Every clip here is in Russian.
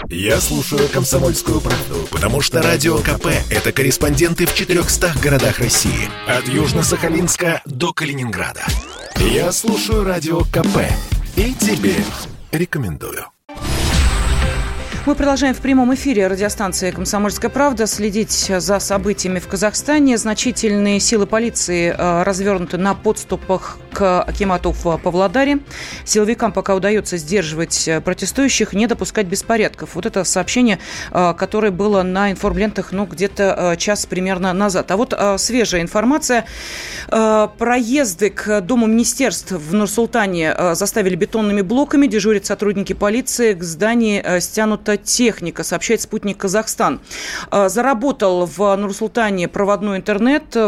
Я слушаю «Комсомольскую правду», потому что Радио КП – это корреспонденты в 400 городах России. От Южно-Сахалинска до Калининграда. Я слушаю Радио КП и тебе рекомендую. Мы продолжаем в прямом эфире радиостанции «Комсомольская правда» следить за событиями в Казахстане. Значительные силы полиции развернуты на подступах к акимату в Павлодаре. Силовикам пока удается сдерживать протестующих, не допускать беспорядков. Вот это сообщение, которое было на информлентах где-то час примерно назад. А вот свежая информация. Проезды к Дому министерств в Нур-Султане заставили бетонными блоками. Дежурят сотрудники полиции. К зданию стянута техника, сообщает «Спутник Казахстан». Заработал в Нур-Султане проводной интернет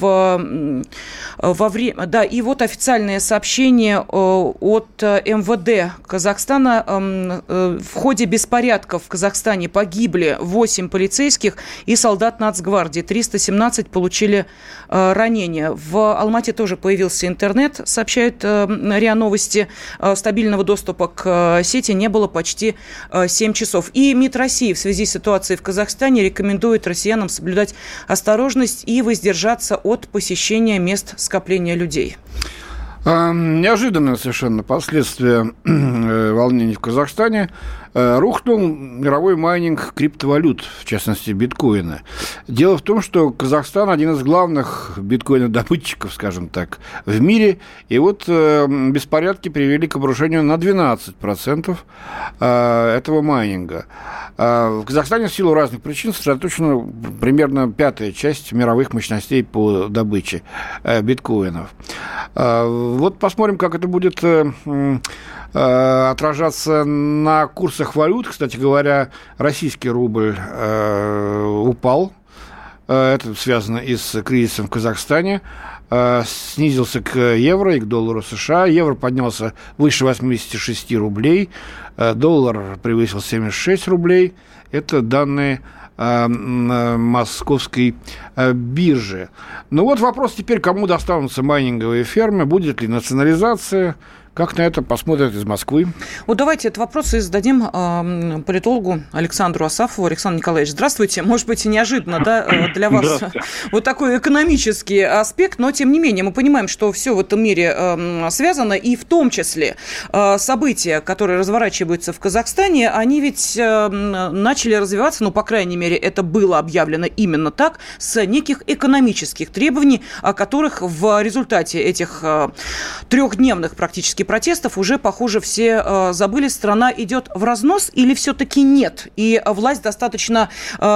во время... Да, и вот официальное сообщение от МВД Казахстана. В ходе беспорядков в Казахстане погибли 8 полицейских и солдат Нацгвардии. 317 получили ранения. В Алмате тоже появился интернет, сообщают РИА Новости. Стабильного доступа к сети не было почти 7 часов. И МИД России в связи с ситуацией в Казахстане рекомендует россиянам соблюдать осторожность и воздержаться от посещения мест скопления людей. Неожиданное совершенно последствия волнений в Казахстане. Рухнул мировой майнинг криптовалют, в частности биткоина. Дело в том, что Казахстан один из главных биткоинодобытчиков, скажем так, в мире. И вот беспорядки привели к обрушению на 12% этого майнинга. В Казахстане в силу разных причин сосредоточена примерно 1/5 часть мировых мощностей по добыче биткоинов. Вот посмотрим, как это будет отражаться на курсах валют. Кстати говоря, российский рубль упал. Это связано и с кризисом в Казахстане. Снизился к евро и к доллару США. Евро поднялся выше 86 рублей. Доллар превысил 76 рублей. Это данные московской биржи. Ну вот вопрос теперь, кому достанутся майнинговые фермы, будет ли национализация, как на это посмотрят из Москвы. Вот давайте этот вопрос и зададим политологу Александру Асафову. Александр Николаевич, здравствуйте. Может быть, неожиданно, да, для вас вот такой экономический аспект, но тем не менее мы понимаем, что все в этом мире связано, и в том числе события, которые разворачиваются в Казахстане, они ведь начали развиваться, по крайней мере, это было объявлено именно так, с неких экономических требований, о которых в результате этих трехдневных практически протестов уже, похоже, все забыли. Страна идет в разнос или все-таки нет? И власть достаточно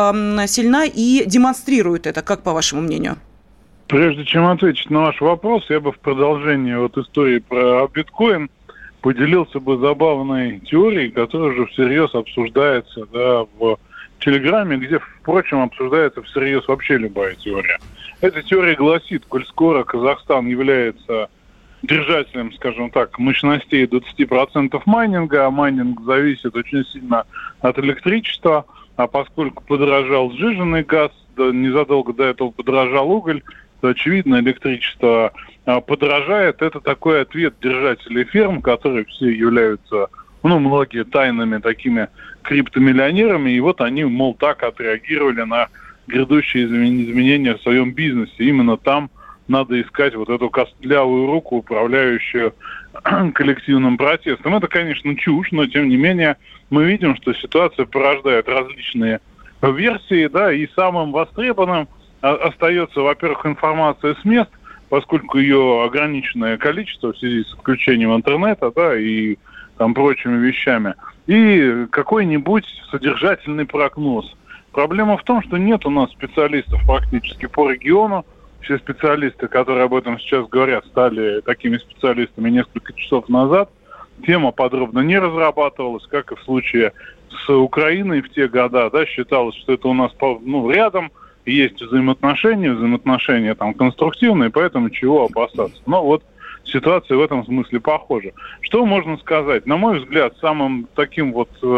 сильна и демонстрирует это, как по вашему мнению? Прежде чем ответить на ваш вопрос, я бы в продолжении истории про биткоин поделился бы забавной теорией, которая уже всерьез обсуждается в Телеграме, где, впрочем, обсуждается всерьез вообще любая теория. Эта теория гласит, коль скоро Казахстан является держателем, скажем так, мощностей 20% майнинга, а майнинг зависит очень сильно от электричества, а поскольку подорожал сжиженный газ, незадолго до этого подорожал уголь, то, очевидно, электричество подорожает. Это такой ответ держателей ферм, которые все являются, многие тайными такими криптомиллионерами, и вот они, так отреагировали на грядущие изменения в своем бизнесе. Именно там надо искать эту костлявую руку, управляющую коллективным протестом. Это, конечно, чушь, но, тем не менее, мы видим, что ситуация порождает различные версии, и самым востребованным остается, во-первых, информация с мест, поскольку ее ограниченное количество в связи с отключением интернета, и прочими вещами, и какой-нибудь содержательный прогноз. Проблема в том, что нет у нас специалистов практически по региону. Все специалисты, которые об этом сейчас говорят, стали такими специалистами несколько часов назад. Тема подробно не разрабатывалась, как и в случае с Украиной в те года. Считалось, что это у нас рядом, есть взаимоотношения конструктивные, поэтому чего опасаться. Но ситуация в этом смысле похожа. Что можно сказать? На мой взгляд, самым таким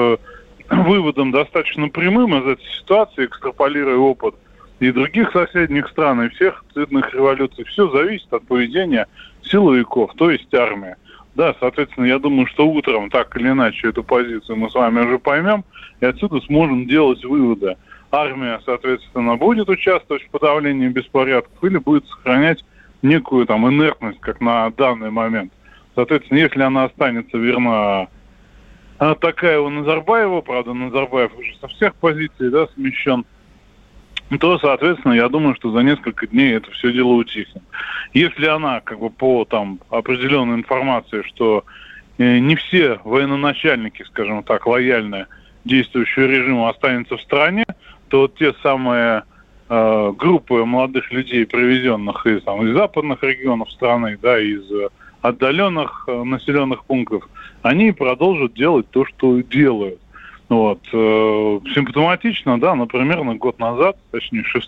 выводом достаточно прямым из этой ситуации, экстраполируя опыт и других соседних стран, и всех цветных революций, все зависит от поведения силовиков, то есть армии. Да, соответственно, я думаю, что утром так или иначе эту позицию мы с вами уже поймем, и отсюда сможем делать выводы. Армия, соответственно, будет участвовать в подавлении беспорядков или будет сохранять некую там инертность, как на данный момент. Соответственно, если она останется верна Токаеву, Назарбаеву, правда, Назарбаев уже со всех позиций, да, смещен, то, соответственно, я думаю, что за несколько дней это все дело утихнет. Если она, как бы по там определенной информации, что не все военачальники, скажем так, лояльные действующему режиму останутся в стране, то вот те самые группы молодых людей, привезенных из западных регионов страны, да, из отдаленных населенных пунктов, они продолжат делать то, что делают. Вот. Симптоматично, да, например, год назад, точнее 6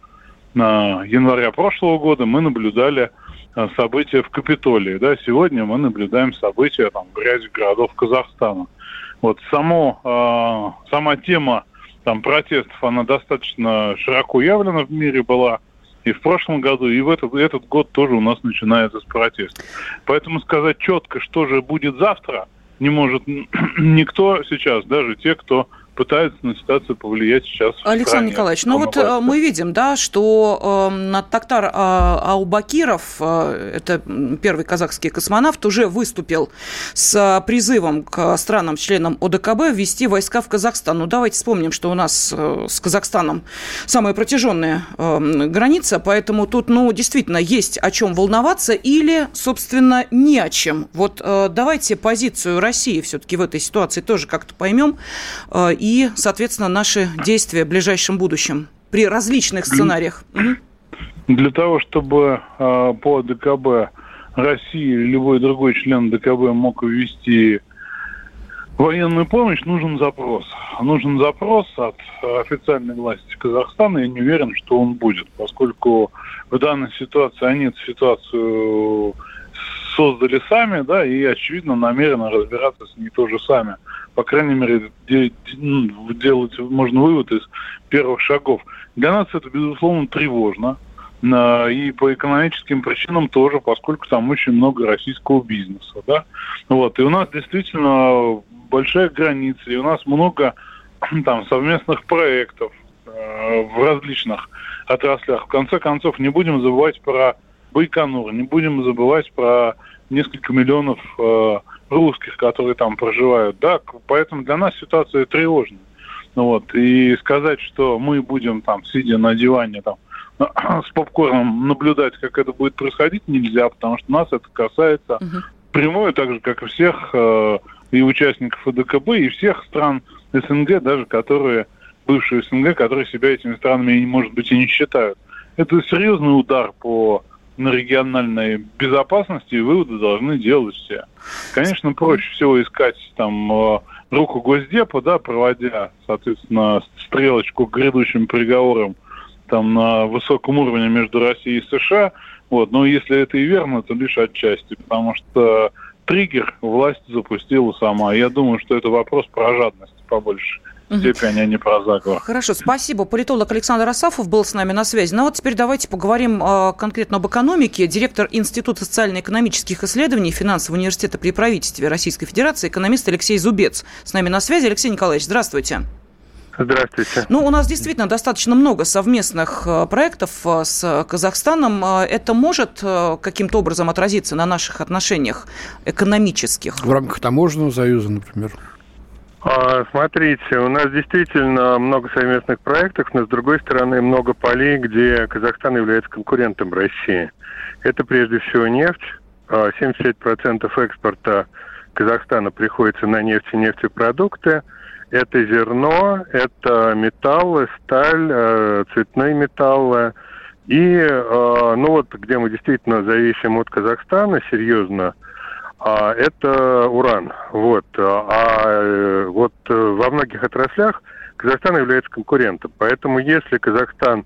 января прошлого года мы наблюдали события в Капитолии. Да, сегодня мы наблюдаем события там, в ряде городов Казахстана. Вот сама тема там, протестов, она достаточно широко явлена в мире была и в прошлом году, и в этот год тоже у нас начинается с протестов. Поэтому сказать четко, что же будет завтра, не может никто сейчас, даже те, кто пытается на ситуацию повлиять сейчас. Александр Николаевич, ну вот мы видим, да, что Токтар Аубакиров, это первый казахский космонавт, уже выступил с призывом к странам-членам ОДКБ ввести войска в Казахстан. Ну, давайте вспомним, что у нас с Казахстаном самая протяженная граница, поэтому тут, ну, действительно, есть о чем волноваться или, собственно, не о чем. Вот давайте позицию России все-таки в этой ситуации тоже как-то поймем и, соответственно, наши действия в ближайшем будущем при различных сценариях. Для того, чтобы по ДКБ России или любой другой член ДКБ мог ввести военную помощь, нужен запрос. Нужен запрос от официальной власти Казахстана. Я не уверен, что он будет, поскольку в данной ситуации они эту ситуацию создали сами, да, и, очевидно, намерены разбираться с ней тоже сами. По крайней мере, делать можно вывод из первых шагов. Для нас это, безусловно, тревожно. И по экономическим причинам тоже, поскольку там очень много российского бизнеса. Да? Вот. И у нас действительно большая граница, и у нас много там, совместных проектов в различных отраслях. В конце концов, не будем забывать про Байконур, не будем забывать про несколько миллионов русских, которые там проживают. Да? Поэтому для нас ситуация тревожная. Вот. И сказать, что мы будем там, сидя на диване, там, с попкорном наблюдать, как это будет происходить, нельзя, потому что нас это касается прямое, так же, как и всех и участников ОДКБ, и всех стран СНГ, даже которые, бывшие СНГ, которые себя этими странами, может быть, и не считают. Это серьезный удар на региональной безопасности, и выводы должны делать все. Конечно, проще всего искать там руку Госдепа, да, проводя, соответственно, стрелочку к грядущим переговорам там на высоком уровне между Россией и США. Вот. Но если это и верно, то лишь отчасти, потому что триггер власть запустила сама. Я думаю, что это вопрос про жадность побольше. Степень, а не про заговор. Хорошо, спасибо. Политолог Александр Асафов был с нами на связи. Ну вот теперь давайте поговорим конкретно об экономике. Директор Института социально-экономических исследований Финансового университета при правительстве Российской Федерации, экономист Алексей Зубец с нами на связи. Алексей Николаевич, здравствуйте. Здравствуйте. Ну, у нас действительно достаточно много совместных проектов с Казахстаном. Это может каким-то образом отразиться на наших отношениях экономических? В рамках таможенного союза, например. Смотрите, у нас действительно много совместных проектов, но, с другой стороны, много полей, где Казахстан является конкурентом России. Это, прежде всего, нефть. 75% экспорта Казахстана приходится на нефть и нефтепродукты. Это зерно, это металлы, сталь, цветные металлы. И, ну вот, где мы действительно зависим от Казахстана, серьезно, это уран. Вот. Вот во многих отраслях Казахстан является конкурентом. Поэтому если Казахстан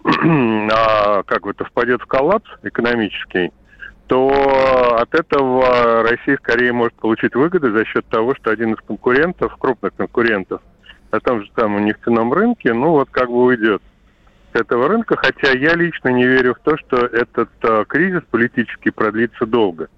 впадет в коллапс экономический, то от этого Россия скорее может получить выгоды за счет того, что один из конкурентов, крупных конкурентов, на том же самом нефтяном рынке, уйдет с этого рынка. Хотя я лично не верю в то, что этот кризис политический продлится долго.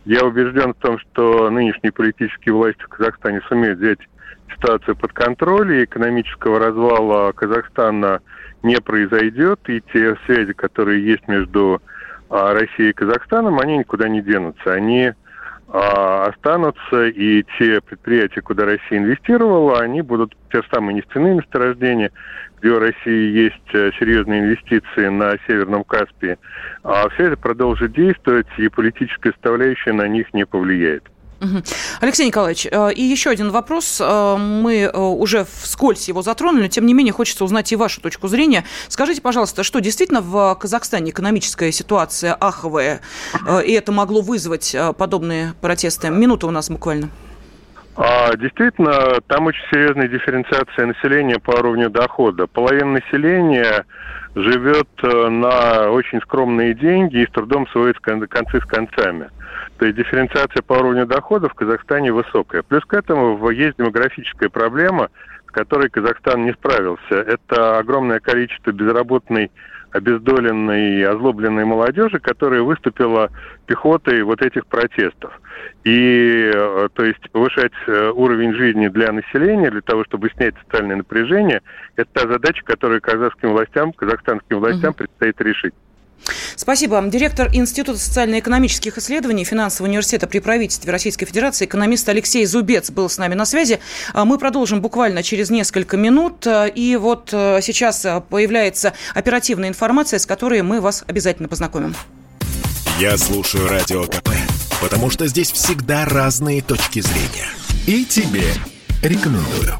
Я убежден в том, что нынешние политические власти в Казахстане сумеют взять ситуацию под контроль, и экономического развала Казахстана не произойдет, и те связи, которые есть между Россией и Казахстаном, они никуда не денутся. Они останутся, и те предприятия, куда Россия инвестировала, они будут те же самые нефтяные месторождения, где у России есть серьезные инвестиции на Северном Каспии. А все это продолжит действовать, и политическая составляющая на них не повлияет. Алексей Николаевич, и еще один вопрос. Мы уже вскользь его затронули, тем не менее хочется узнать и вашу точку зрения. Скажите, пожалуйста, что действительно в Казахстане экономическая ситуация аховая, и это могло вызвать подобные протесты? Минута у нас буквально. Действительно, там очень серьезная дифференциация населения по уровню дохода. Половина населения живет на очень скромные деньги и с трудом сводит концы с концами. То есть дифференциация по уровню дохода в Казахстане высокая. Плюс к этому есть демографическая проблема, с которой Казахстан не справился. Это огромное количество безработной, обездоленной, озлобленной молодежи, которая выступила пехотой вот этих протестов. И, то есть, повышать уровень жизни для населения, для того, чтобы снять социальное напряжение, это та задача, которую казахстанским властям предстоит решить. Спасибо. Директор Института социально-экономических исследований Финансового университета при правительстве Российской Федерации, экономист Алексей Зубец был с нами на связи. Мы продолжим буквально через несколько минут. И вот сейчас появляется оперативная информация, с которой мы вас обязательно познакомим. Я слушаю Радио КП, потому что здесь всегда разные точки зрения. И тебе рекомендую.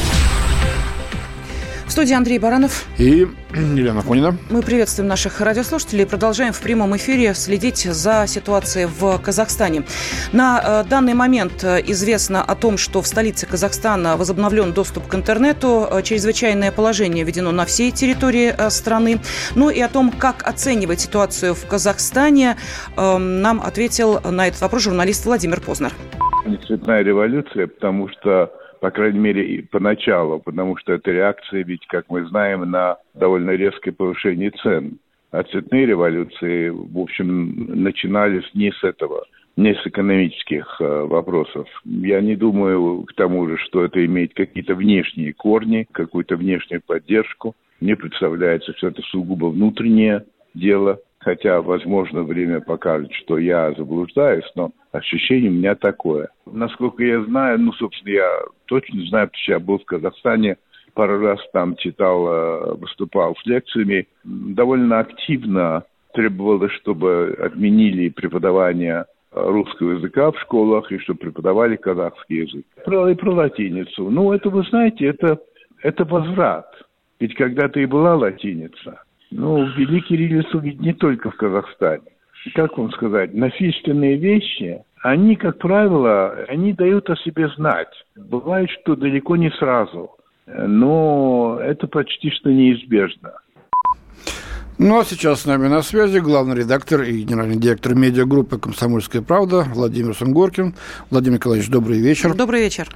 В студии Андрей Баранов и Елена Афонина. Мы приветствуем наших радиослушателей и продолжаем в прямом эфире следить за ситуацией в Казахстане. На данный момент известно о том, что в столице Казахстана возобновлен доступ к интернету, чрезвычайное положение введено на всей территории страны. Ну и о том, как оценивать ситуацию в Казахстане, нам ответил на этот вопрос журналист Владимир Познер. Не цветная революция, потому что, по крайней мере, поначалу, потому что это реакция, ведь, как мы знаем, на довольно резкое повышение цен. А цветные революции, в общем, начинались не с этого, не с экономических вопросов. Я не думаю, к тому же, что это имеет какие-то внешние корни, какую-то внешнюю поддержку. Мне представляется, что это сугубо внутреннее дело. Хотя, возможно, время покажет, что я заблуждаюсь, но ощущение у меня такое. Насколько я знаю, собственно, я точно знаю, потому что я был в Казахстане, пару раз там читал, выступал с лекциями. Довольно активно требовалось, чтобы отменили преподавание русского языка в школах и чтобы преподавали казахский язык. И про латиницу. Это, вы знаете, это возврат. Ведь когда-то и была латиница. Ввели кириллицу ведь не только в Казахстане. Как вам сказать, насильственные вещи, они, как правило, они дают о себе знать. Бывает, что далеко не сразу, но это почти что неизбежно. А сейчас с нами на связи главный редактор и генеральный директор медиагруппы «Комсомольская правда» Владимир Сунгоркин. Владимир Николаевич, добрый вечер. Добрый вечер.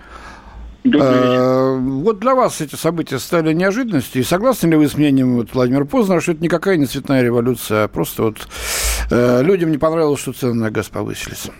Вот для вас эти события стали неожиданностью. И согласны ли вы с мнением Владимира Познера, что это никакая не цветная революция, а просто людям не понравилось, что цены на газ повысились?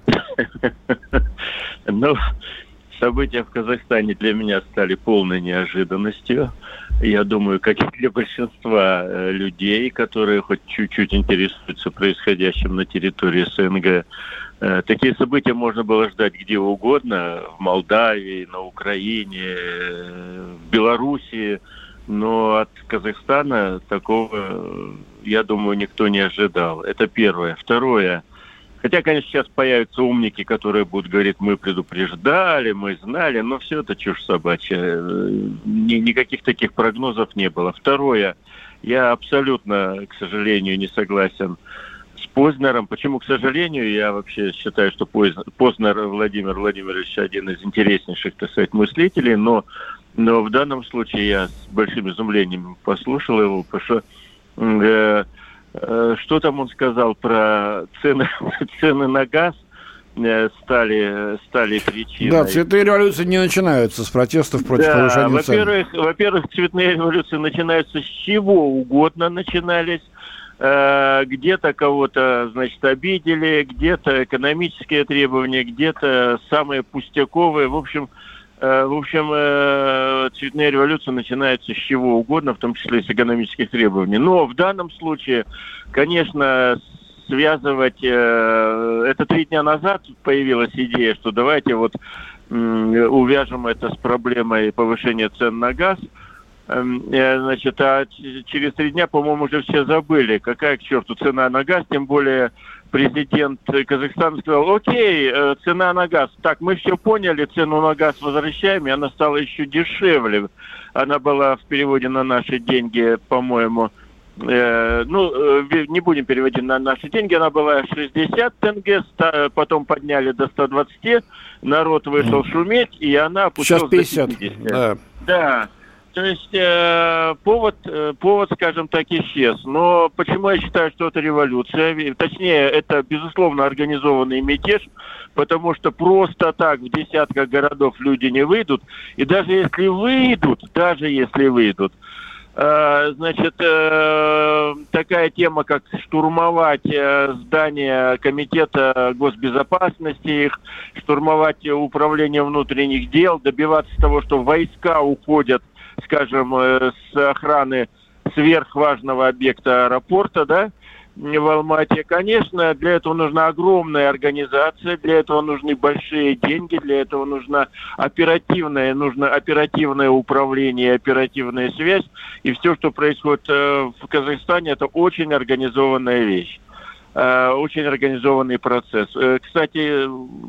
События в Казахстане для меня стали полной неожиданностью. Я думаю, как и для большинства людей, которые хоть чуть-чуть интересуются происходящим на территории СНГ. Такие события можно было ждать где угодно, в Молдавии, на Украине, в Белоруссии, но от Казахстана такого, я думаю, никто не ожидал. Это первое. Второе. Хотя, конечно, сейчас появятся умники, которые будут говорить, мы предупреждали, мы знали, но все это чушь собачья. Никаких таких прогнозов не было. Второе. Я абсолютно, к сожалению, не согласен с Познером. Почему, к сожалению? Я вообще считаю, что Познер Владимир Владимирович один из интереснейших, так сказать, мыслителей, но в данном случае я с большим изумлением послушал его, потому что там он сказал про цены на газ стали причиной. Да, цветные революции не начинаются с протестов против повышения цен. Во-первых, цветные революции начинаются с чего угодно начинались. где-то кого-то, значит, обидели, где-то экономические требования, где-то самые пустяковые. В общем, цветная революция начинается с чего угодно, в том числе с экономических требований. Но в данном случае, конечно, связывать... Это 3 дня назад появилась идея, что давайте вот увяжем это с проблемой повышения цен на газ. Значит, а через 3 дня, по-моему, уже все забыли, какая к черту цена на газ, тем более президент Казахстана сказал: окей, цена на газ. Так, мы все поняли, цену на газ возвращаем, и она стала еще дешевле. Она была в переводе на наши деньги, по-моему, не будем переводить на наши деньги, она была 60 тенге, потом подняли до 120, народ вышел шуметь, и она опустилась до 50. Да. То есть повод, скажем так, исчез. Но почему я считаю, что это революция? Точнее, это, безусловно, организованный мятеж, потому что просто так в десятках городов люди не выйдут. И даже если выйдут, значит, такая тема, как штурмовать здание Комитета госбезопасности, их штурмовать управление внутренних дел, добиваться того, что войска уходят, скажем, с охраны сверхважного объекта аэропорта, да, в Алмате. Конечно, для этого нужна огромная организация, для этого нужны большие деньги, для этого нужно оперативное управление, оперативная связь. И все, что происходит в Казахстане, это очень организованная вещь. Очень организованный процесс. Кстати,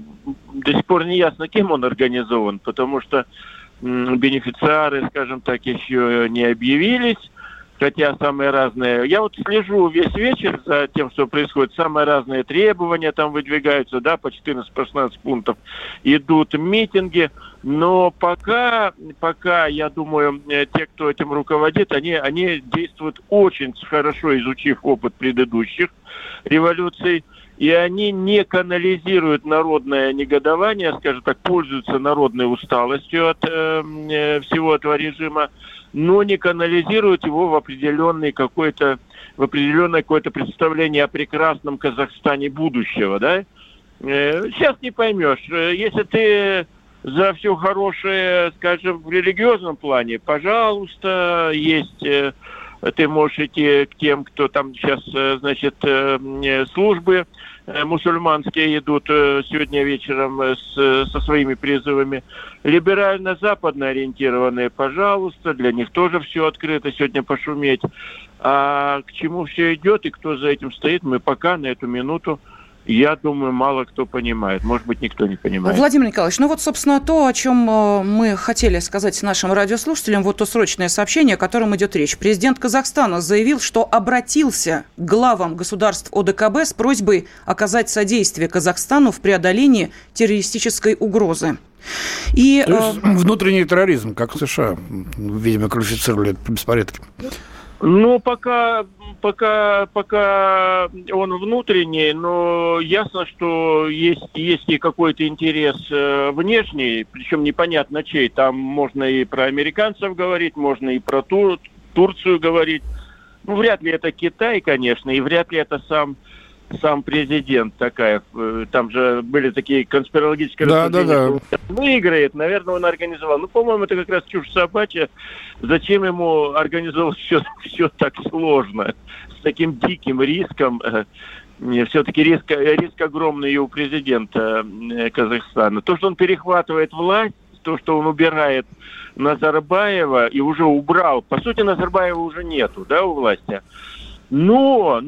до сих пор не ясно, кем он организован, потому что бенефициары, скажем так, еще не объявились, хотя самые разные... Я вот слежу весь вечер за тем, что происходит. Самые разные требования там выдвигаются, да, по 14-16 пунктов. Идут митинги, но пока, я думаю, те, кто этим руководит, они действуют очень хорошо, изучив опыт предыдущих революций. И они не канализируют народное негодование, скажем так, пользуются народной усталостью от всего этого режима, но не канализируют его в определенное какое-то представление о прекрасном Казахстане будущего, да? Сейчас не поймешь. Если ты за все хорошее, скажем, в религиозном плане, пожалуйста, есть... Ты можешь идти к тем, кто там сейчас, значит, службы мусульманские идут сегодня вечером со своими призывами. Либерально-западно ориентированные, пожалуйста, для них тоже все открыто сегодня пошуметь. А к чему все идет и кто за этим стоит, мы пока на эту минуту, я думаю, мало кто понимает. Может быть, никто не понимает. Владимир Николаевич, ну вот, собственно, то, о чем мы хотели сказать нашим радиослушателям, вот то срочное сообщение, о котором идет речь. Президент Казахстана заявил, что обратился к главам государств ОДКБ с просьбой оказать содействие Казахстану в преодолении террористической угрозы. И, то есть внутренний терроризм, как в США, видимо, квалифицировали беспорядки. Ну, пока он внутренний, но ясно, что есть и какой-то интерес внешний, причем непонятно чей. Там можно и про американцев говорить, можно и про Турцию говорить. Ну, вряд ли это Китай, конечно, и вряд ли это сам президент Такаев. Там же были такие конспирологические рассуждения. Да. Выиграет, наверное, он организовал. Ну, по-моему, это как раз чушь собачья. Зачем ему организовать все так сложно? С таким диким риском. Все-таки риск огромный и у президента Казахстана. То, что он перехватывает власть, то, что он убирает Назарбаева и уже убрал. По сути, Назарбаева уже нету, да, у власти. Но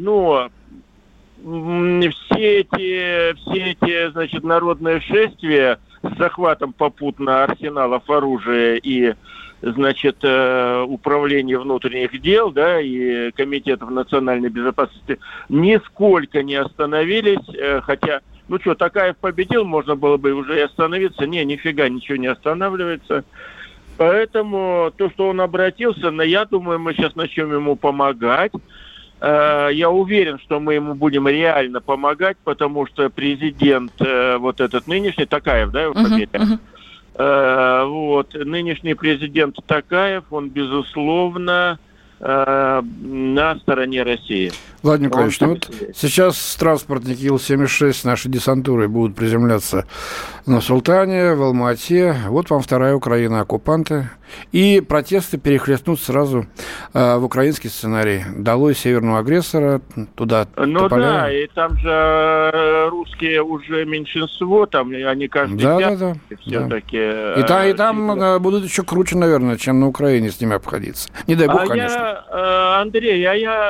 все эти, значит, народные шествия с захватом попутно арсеналов оружия и, значит, управления внутренних дел, да, и комитетов национальной безопасности нисколько не остановились, хотя, ну что, Такаев победил, можно было бы уже и остановиться. Нифига ничего не останавливается. Поэтому то, что он обратился, я думаю, мы сейчас начнем ему помогать. Я уверен, что мы ему будем реально помогать, потому что президент, вот этот нынешний, Такаев, да, его фамилия? Вот, нынешний президент Такаев, он, безусловно, на стороне России. Владимир Николаевич, вот сейчас транспортники Ил-76 наши десантуры будут приземляться на Султане, в Алма-Ате. Вот вам вторая Украина, оккупанты. И протесты перехлестнут сразу в украинский сценарий. Долой северного агрессора, туда Ну тополя. Да, и там же русские уже меньшинство, там они каждый да. все-таки. И там будут еще круче, наверное, чем на Украине с ними обходиться. Не дай бог, конечно. Андрей,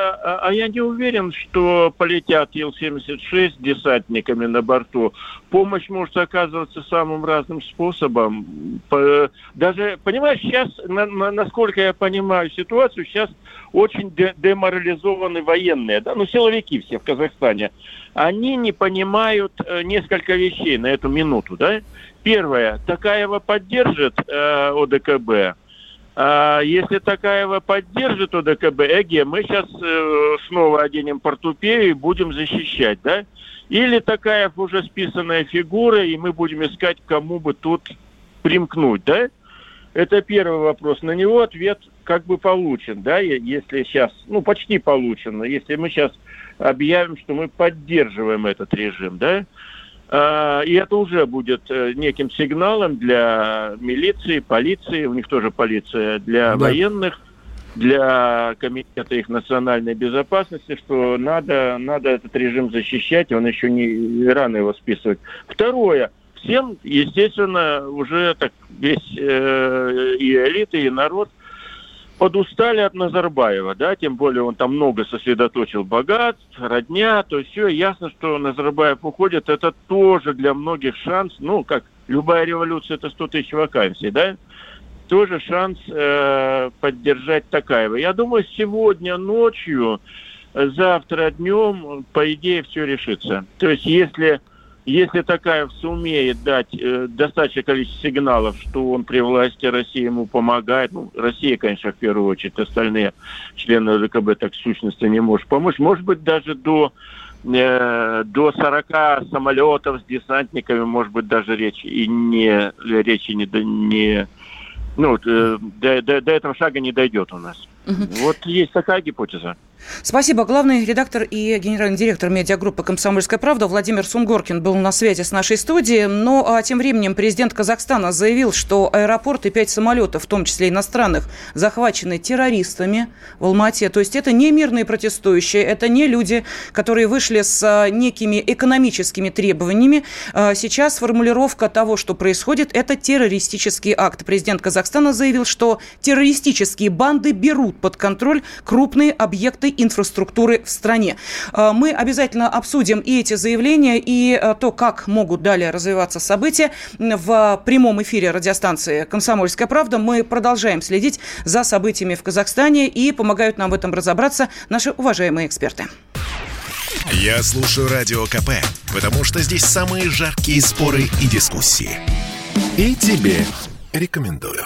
я не уверен, что полетят Ил-76 десантниками на борту. Помощь может оказываться самым разным способом. Даже, понимаешь, сейчас, насколько я понимаю ситуацию, сейчас очень деморализованы военные, да, силовики все в Казахстане. Они не понимают несколько вещей на эту минуту, да. Первое, Токаева поддержит ОДКБ. Если Токаева поддержит ОДКБ, мы сейчас снова оденем портупею и будем защищать, да? Или Токаев уже списанная фигура, и мы будем искать, кому бы тут примкнуть, да? Это первый вопрос. На него ответ как бы получен, да, если сейчас, почти получен, если мы сейчас объявим, что мы поддерживаем этот режим, да? И это уже будет неким сигналом для милиции, полиции, у них тоже полиция, для военных, для комитета их национальной безопасности, что надо этот режим защищать, он еще не рано его списывать. Второе. Всем, естественно, уже так весь и элита, и народ подустали от Назарбаева, да, тем более он там много сосредоточил богатств, родня, то все, ясно, что Назарбаев уходит, это тоже для многих шанс, как любая революция, это 100 тысяч вакансий, да, тоже шанс поддержать Токаева. Я думаю, сегодня ночью, завтра днем, по идее, все решится. То есть, если Токаев сумеет дать достаточное количество сигналов, что он при власти, Россия ему помогает, Россия, конечно, в первую очередь, остальные члены ОДКБ так в сущности не может помочь, может быть, даже до 40 самолетов с десантниками, может быть, даже до этого шага не дойдет у нас. Вот есть такая гипотеза. Спасибо. Главный редактор и генеральный директор медиагруппы «Комсомольская правда» Владимир Сунгоркин был на связи с нашей студией. Но тем временем президент Казахстана заявил, что аэропорт и 5 самолетов, в том числе иностранных, захвачены террористами в Алма-Ате. То есть это не мирные протестующие, это не люди, которые вышли с некими экономическими требованиями. Сейчас формулировка того, что происходит, это террористический акт. Президент Казахстана заявил, что террористические банды берут под контроль крупные объекты инфраструктуры в стране. Мы обязательно обсудим и эти заявления, и то, как могут далее развиваться события в прямом эфире радиостанции «Комсомольская правда». Мы продолжаем следить за событиями в Казахстане, и помогают нам в этом разобраться наши уважаемые эксперты. Я слушаю Радио КП, потому что здесь самые жаркие споры и дискуссии. И тебе рекомендую.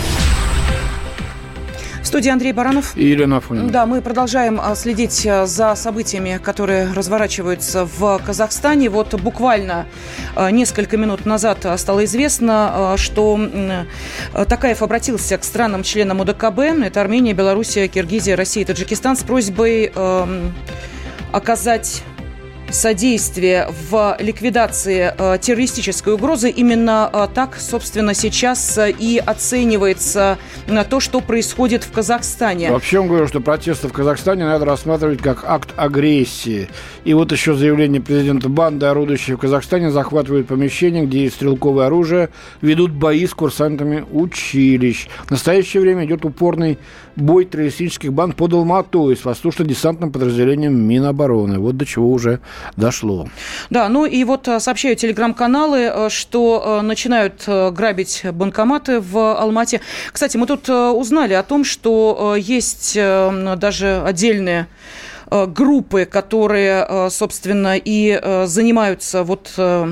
В студии Андрей Баранов. И Елена Афонина. Да, мы продолжаем следить за событиями, которые разворачиваются в Казахстане. Вот буквально несколько минут назад стало известно, что Токаев обратился к странам-членам ОДКБ. Это Армения, Белоруссия, Киргизия, Россия и Таджикистан с просьбой оказать содействие в ликвидации террористической угрозы. Именно так, собственно, сейчас и оценивается то, что происходит в Казахстане. Вообще, он говорил, что протесты в Казахстане надо рассматривать как акт агрессии. И вот еще заявление президента: банды, орудующие в Казахстане, захватывают помещения, где есть стрелковое оружие, ведут бои с курсантами училищ. В настоящее время идет упорный бой террористических банд под Алма-Атой с воздушно-десантным подразделением Минобороны. Вот до чего уже дошло. Да, и вот сообщают телеграм-каналы, что начинают грабить банкоматы в Алма-Ате. Кстати, мы тут узнали о том, что есть даже отдельные группы, которые, собственно, и занимаются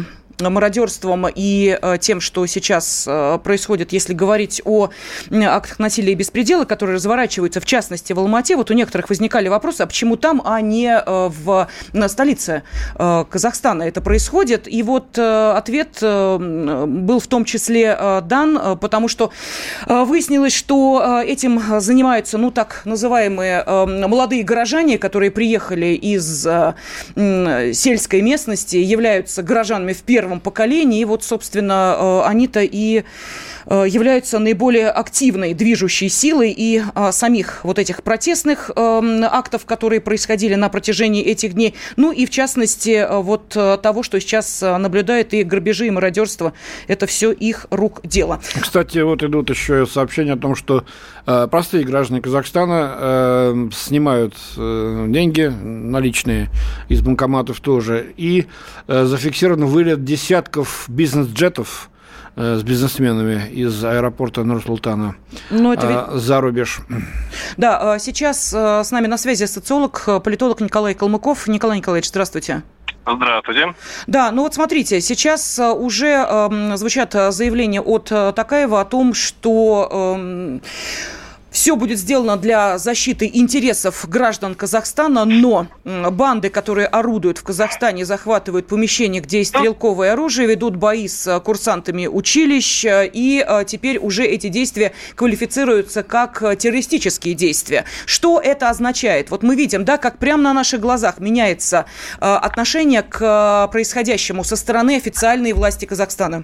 мародерством и тем, что сейчас происходит, если говорить о актах насилия и беспредела, которые разворачиваются, в частности, в Алма-Ате. Вот у некоторых возникали вопросы, а почему там, а не в столице Казахстана это происходит? И вот ответ был в том числе дан, потому что выяснилось, что этим занимаются, так называемые молодые горожане, которые приехали из сельской местности, являются горожанами в первом поколении, и вот, собственно, они-то и являются наиболее активной движущей силой и самих вот этих протестных актов, которые происходили на протяжении этих дней, и в частности вот того, что сейчас наблюдают и грабежи, и мародерство, это все их рук дело. Кстати, вот идут еще сообщения о том, что простые граждане Казахстана снимают деньги наличные из банкоматов тоже, и зафиксирован вылет десятков бизнес-джетов с бизнесменами из аэропорта Нур-Султана за рубеж. Да, сейчас с нами на связи социолог, политолог Николай Калмыков. Николай Николаевич, здравствуйте. Здравствуйте. Да, вот смотрите, сейчас уже звучат заявления от Токаева о том, что все будет сделано для защиты интересов граждан Казахстана, но банды, которые орудуют в Казахстане, захватывают помещения, где есть стрелковое оружие, ведут бои с курсантами училищ, и теперь уже эти действия квалифицируются как террористические действия. Что это означает? Вот мы видим, как прямо на наших глазах меняется отношение к происходящему со стороны официальной власти Казахстана.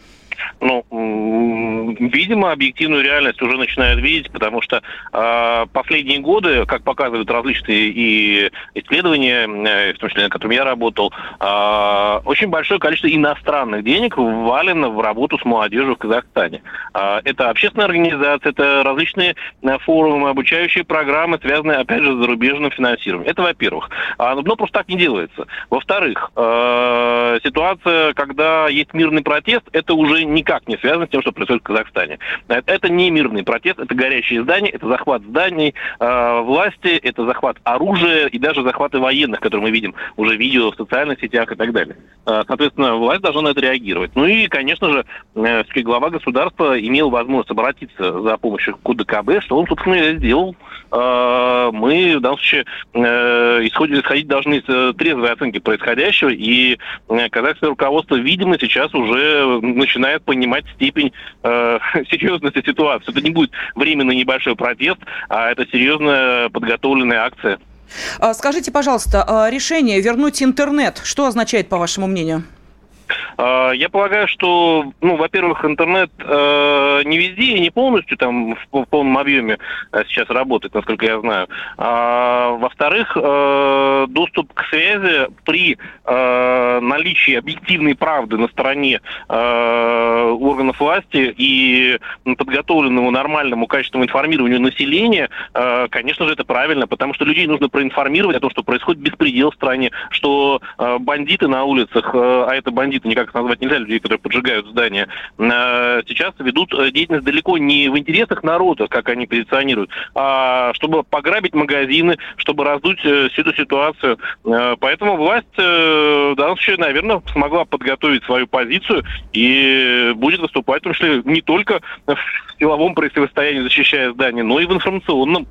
Видимо, объективную реальность уже начинают видеть, потому что последние годы, как показывают различные и исследования, в том числе на котором я работал, очень большое количество иностранных денег ввалено в работу с молодежью в Казахстане. Это общественные организации, это различные форумы, обучающие программы, связанные, опять же, с зарубежным финансированием. Это, во-первых. Но просто так не делается. Во-вторых, ситуация, когда есть мирный протест, это уже никак не связано с тем, что происходит в Казахстане. Это не мирный протест, это горящие здания, это захват зданий власти, это захват оружия и даже захваты военных, которые мы видим уже видео в социальных сетях и так далее. Соответственно, власть должна на это реагировать. И, конечно же, глава государства имел возможность обратиться за помощью к УДКБ, что он, собственно, и сделал. Мы в данном случае исходить должны из трезвой оценки происходящего, и казахское руководство, видимо, сейчас уже начинает понимать степень серьезности ситуации. Это не будет временный небольшой протест, а это серьезная подготовленная акция. Скажите, пожалуйста, решение вернуть интернет, что означает, по вашему мнению? Я полагаю, что, во-первых, интернет не везде и не полностью там в полном объеме сейчас работает, насколько я знаю. Во-вторых, доступ к связи при наличии объективной правды на стороне органов власти и подготовленному нормальному качественному информированию населения, конечно же, это правильно, потому что людей нужно проинформировать о том, что происходит беспредел в стране, что бандиты на улицах, а это бандиты, никак их назвать нельзя, людей, которые поджигают здания, сейчас ведут деятельность далеко не в интересах народа, как они позиционируют, а чтобы пограбить магазины, чтобы раздуть всю эту ситуацию. Поэтому власть в данном случае, наверное, смогла подготовить свою позицию и будет выступать, в том числе не только в силовом противостоянии, защищая здания, но и в информационном.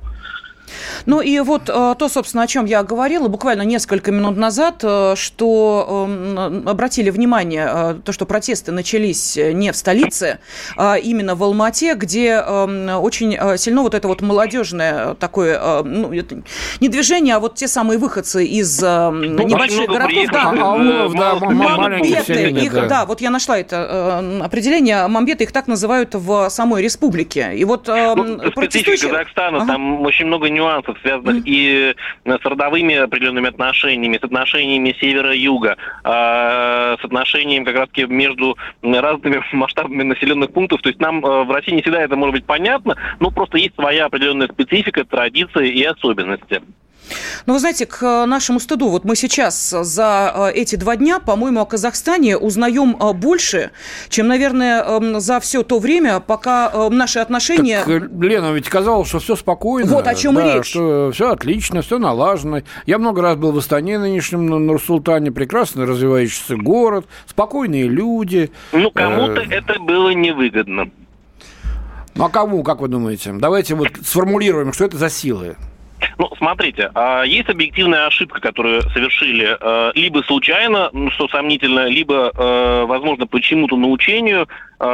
И вот то, собственно, о чем я говорила буквально несколько минут назад, что обратили внимание, то, что протесты начались не в столице, а именно в Алма-Ате, где очень сильно вот это вот молодежное такое, это не движение, а вот те самые выходцы из небольших городов. Мамбеты, вот я нашла это определение, мамбеты их так называют в самой республике. И вот специфика Казахстана, там очень много нюансов, связанных и с родовыми определенными отношениями, с отношениями севера-юга, с отношением как раз-таки между разными масштабами населенных пунктов. То есть нам в России не всегда это может быть понятно, но просто есть своя определенная специфика, традиции и особенности. Ну, вы знаете, к нашему стыду, вот мы сейчас за эти 2 дня, по-моему, о Казахстане узнаем больше, чем, наверное, за все то время, пока наши отношения... Так, Лена, ведь казалось, что все спокойно. Вот о чем и речь. Что все отлично, все налажено. Я много раз был в Астане нынешнем, на Нур-Султане, прекрасно развивающийся город, спокойные люди. Ну, кому-то это было невыгодно. Ну, а кому, как вы думаете? Давайте вот сформулируем, что это за силы. Ну, смотрите, есть объективная ошибка, которую совершили либо случайно, что сомнительно, либо, возможно, по чему-то научению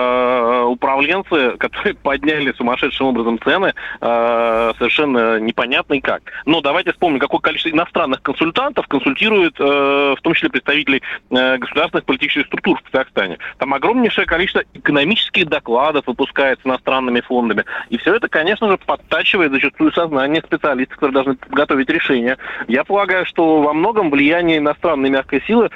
управленцы, которые подняли сумасшедшим образом цены, совершенно непонятно и как. Но давайте вспомним, какое количество иностранных консультантов консультирует, в том числе представителей государственных политических структур в Казахстане. Там огромнейшее количество экономических докладов выпускается иностранными фондами. И все это, конечно же, подтачивает зачастую сознание специалистов, которые должны готовить решения. Я полагаю, что во многом влияние иностранной мягкой силы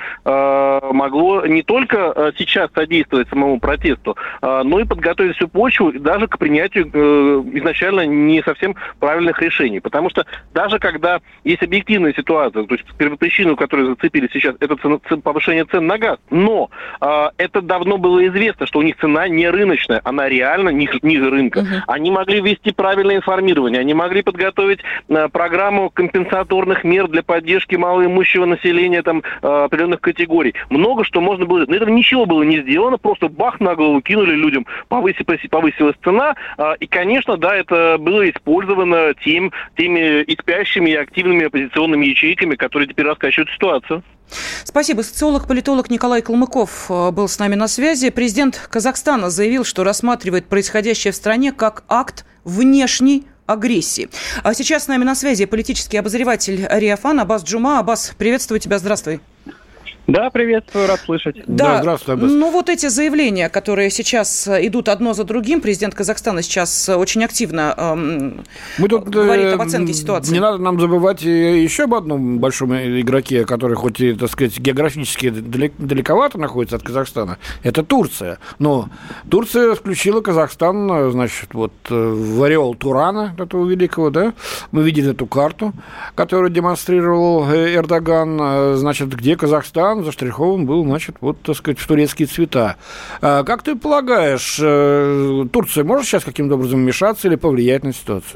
могло не только сейчас содействовать самому протесту, но и подготовить всю почву даже к принятию изначально не совсем правильных решений. Потому что даже когда есть объективная ситуация, то есть первопричину, которую зацепили сейчас, это повышение цен на газ, но это давно было известно, что у них цена не рыночная, она реально ниже рынка. Они могли ввести правильное информирование, они могли подготовить программу компенсаторных мер для поддержки малоимущего населения там, определенных категорий. Много что можно было... Но этого ничего было не сделано, просто бах на голову кинули людям, повысилась цена, и, конечно, да, это было использовано теми и спящими, и активными оппозиционными ячейками, которые теперь раскачивают ситуацию. Спасибо. Социолог-политолог Николай Калмыков был с нами на связи. Президент Казахстана заявил, что рассматривает происходящее в стране как акт внешней агрессии. А сейчас с нами на связи политический обозреватель Риафан Аббас Джума. Аббас, приветствую тебя, здравствуй. Да, приветствую, рад слышать. Да, здравствуй, Аббас. Ну вот эти заявления, которые сейчас идут одно за другим, президент Казахстана сейчас очень активно говорит об оценке ситуации. Не надо нам забывать еще об одном большом игроке, который хоть и, так сказать, географически далековато находится от Казахстана, это Турция. Но Турция включила Казахстан, значит, вот в ореол Турана, этого великого, да, мы видели эту карту, которую демонстрировал Эрдоган, значит, где Казахстан заштрихован был, значит, вот, так сказать, в турецкие цвета. Как ты полагаешь, Турция может сейчас каким-то образом вмешаться или повлиять на ситуацию?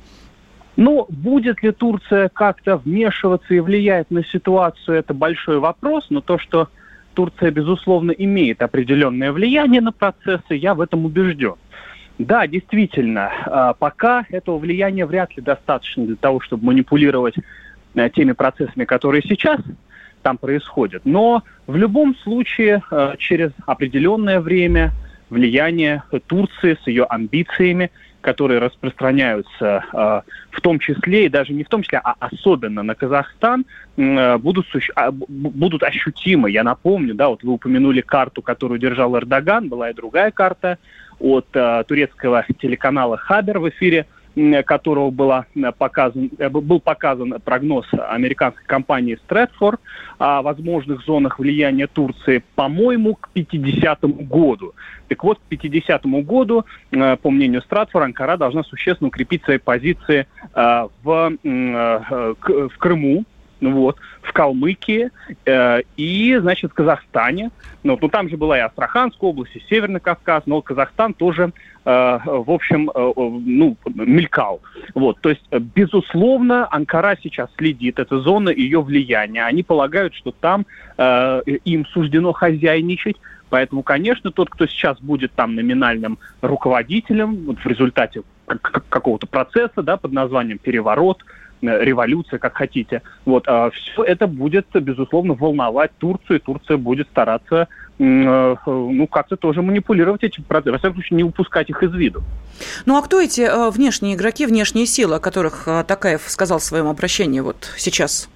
Ну, будет ли Турция как-то вмешиваться и влиять на ситуацию, это большой вопрос, но то, что Турция, безусловно, имеет определенное влияние на процессы, я в этом убежден. Да, действительно, пока этого влияния вряд ли достаточно для того, чтобы манипулировать теми процессами, которые сейчас там происходит. Но в любом случае через определенное время влияние Турции с ее амбициями, которые распространяются в том числе, и даже не в том числе, а особенно на Казахстан, будут ощутимы. Я напомню, да, вот вы упомянули карту, которую держал Эрдоган, была и другая карта от турецкого телеканала «Хабер», в эфире которого был показан прогноз американской компании Stratfor о возможных зонах влияния Турции, по-моему, к 50-му году. Так вот, к 50-му году, по мнению Stratfor, Анкара должна существенно укрепить свои позиции в Крыму, вот, в Калмыкии и, значит, в Казахстане. Ну, там же была и Астраханская область, и Северный Кавказ, но Казахстан тоже, в общем, мелькал. Вот, то есть, безусловно, Анкара сейчас следит, это зона ее влияния. Они полагают, что там им суждено хозяйничать. Поэтому, конечно, тот, кто сейчас будет там номинальным руководителем, вот в результате какого-то процесса, да, под названием переворот, революция, как хотите. Вот, все это будет, безусловно, волновать Турцию, и Турция будет стараться, как-то тоже манипулировать этим процессом, во всяком случае, не упускать их из виду. Ну, а кто эти внешние игроки, внешние силы, о которых Токаев сказал в своем обращении вот сейчас?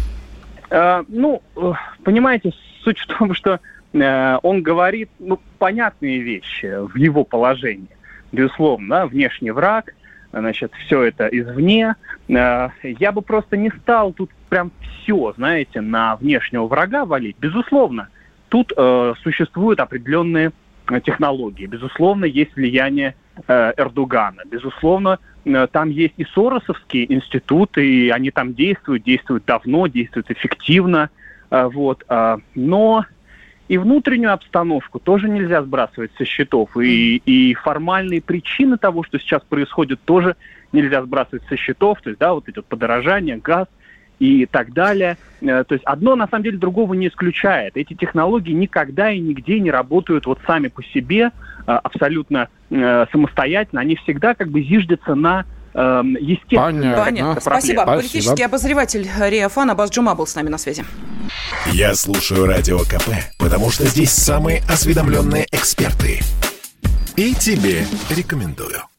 Понимаете, суть в том, что он говорит, понятные вещи в его положении. Безусловно, да, внешний враг, значит, все это извне. Я бы просто не стал тут прям все, знаете, на внешнего врага валить. Безусловно, тут существуют определенные технологии. Безусловно, есть влияние Эрдогана. Безусловно, там есть и соросовские институты, и они там действуют давно, действуют эффективно. Но и внутреннюю обстановку тоже нельзя сбрасывать со счетов. И формальные причины того, что сейчас происходит, тоже нельзя сбрасывать со счетов. То есть, да, вот эти подорожания, газ и так далее. То есть одно, на самом деле, другого не исключает. Эти технологии никогда и нигде не работают вот сами по себе, абсолютно самостоятельно. Они всегда как бы зиждятся на естественно. Понятно. Спасибо. Политический обозреватель РИА ФАН Аббас Джума был с нами на связи. Я слушаю Радио КП, потому что здесь самые осведомленные эксперты. И тебе рекомендую.